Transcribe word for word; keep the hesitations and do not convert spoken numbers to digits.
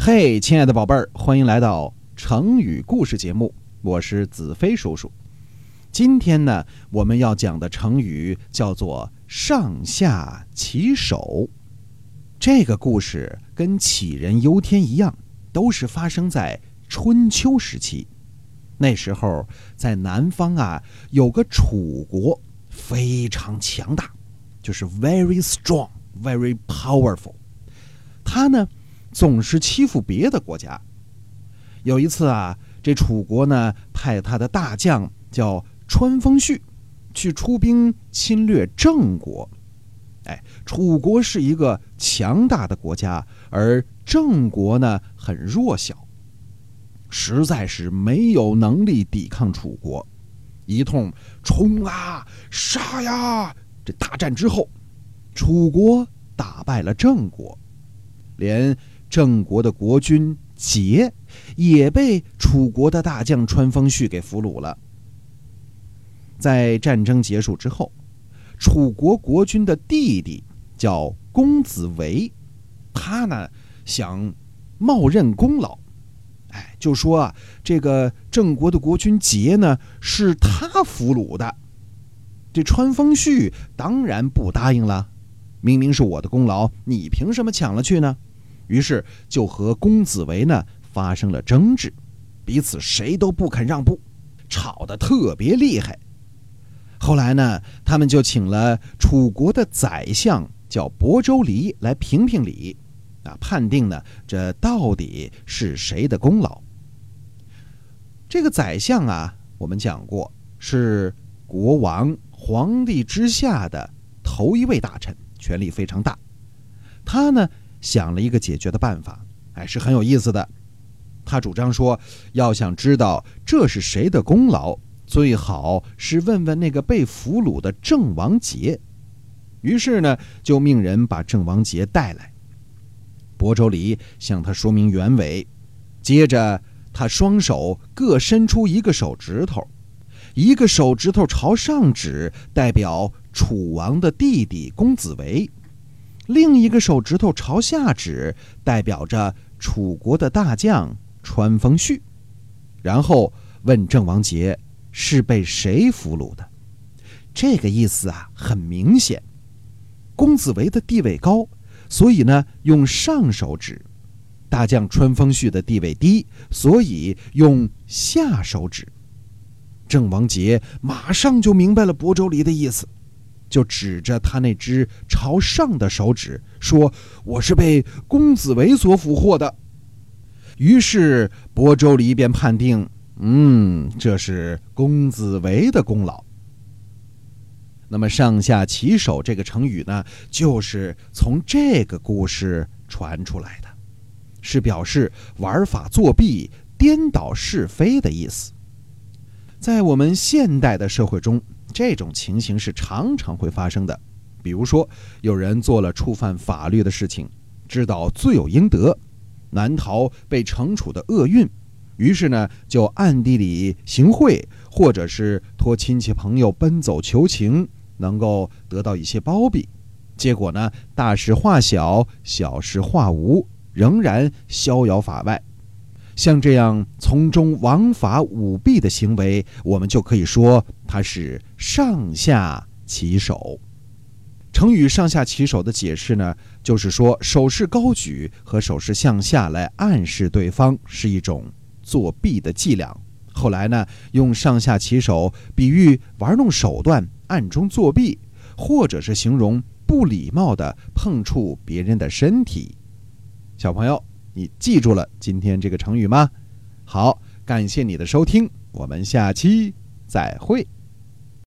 嘿，亲爱的宝贝儿，欢迎来到成语故事节目，我是子飞叔叔。今天呢，我们要讲的成语叫做上下其手。这个故事跟杞人忧天一样，都是发生在春秋时期。那时候在南方啊，有个楚国非常强大，就是 very strong, very powerful。他呢总是欺负别的国家。有一次啊，这楚国呢派他的大将叫穿封胥去出兵侵略郑国。哎，楚国是一个强大的国家，而郑国呢很弱小，实在是没有能力抵抗楚国。一通冲啊杀呀，这大战之后，楚国打败了郑国，连郑国的国君桀也被楚国的大将穿封胥给俘虏了。在战争结束之后，楚国国君的弟弟叫公子围，他呢想冒认功劳，哎，就说啊，这个郑国的国君桀呢是他俘虏的。这穿封胥当然不答应了，明明是我的功劳，你凭什么抢了去呢？于是就和公子围呢发生了争执，彼此谁都不肯让步，吵得特别厉害。后来呢，他们就请了楚国的宰相叫亳州离来评评理，啊，判定呢这到底是谁的功劳。这个宰相啊，我们讲过是国王皇帝之下的头一位大臣，权力非常大。他呢想了一个解决的办法，还是很有意思的。他主张说，要想知道这是谁的功劳，最好是问问那个被俘虏的郑王桀。于是呢，就命人把郑王桀带来。亳州离向他说明原委，接着他双手各伸出一个手指头，一个手指头朝上指，代表楚王的弟弟公子围，另一个手指头朝下指，代表着楚国的大将穿封胥。然后问郑王桀是被谁俘虏的。这个意思啊很明显，公子围的地位高，所以呢用上手指；大将穿封胥的地位低，所以用下手指。郑王桀马上就明白了亳州离的意思，就指着他那只朝上的手指说，我是被公子围所俘获的。于是亳州离便判定，嗯，这是公子围的功劳。那么上下其手这个成语呢，就是从这个故事传出来的，是表示玩法作弊、颠倒是非的意思。在我们现代的社会中，这种情形是常常会发生的。比如说，有人做了触犯法律的事情，知道罪有应得，难逃被惩处的厄运，于是呢就暗地里行贿，或者是托亲戚朋友奔走求情，能够得到一些包庇。结果呢，大事化小，小事化无，仍然逍遥法外。像这样从中枉法舞弊的行为，我们就可以说它是上下其手。成语上下其手的解释呢，就是说手势高举和手势向下来暗示对方，是一种作弊的伎俩。后来呢，用上下其手比喻玩弄手段，暗中作弊，或者是形容不礼貌的碰触别人的身体。小朋友，你记住了今天这个成语吗？好，感谢你的收听，我们下期再会。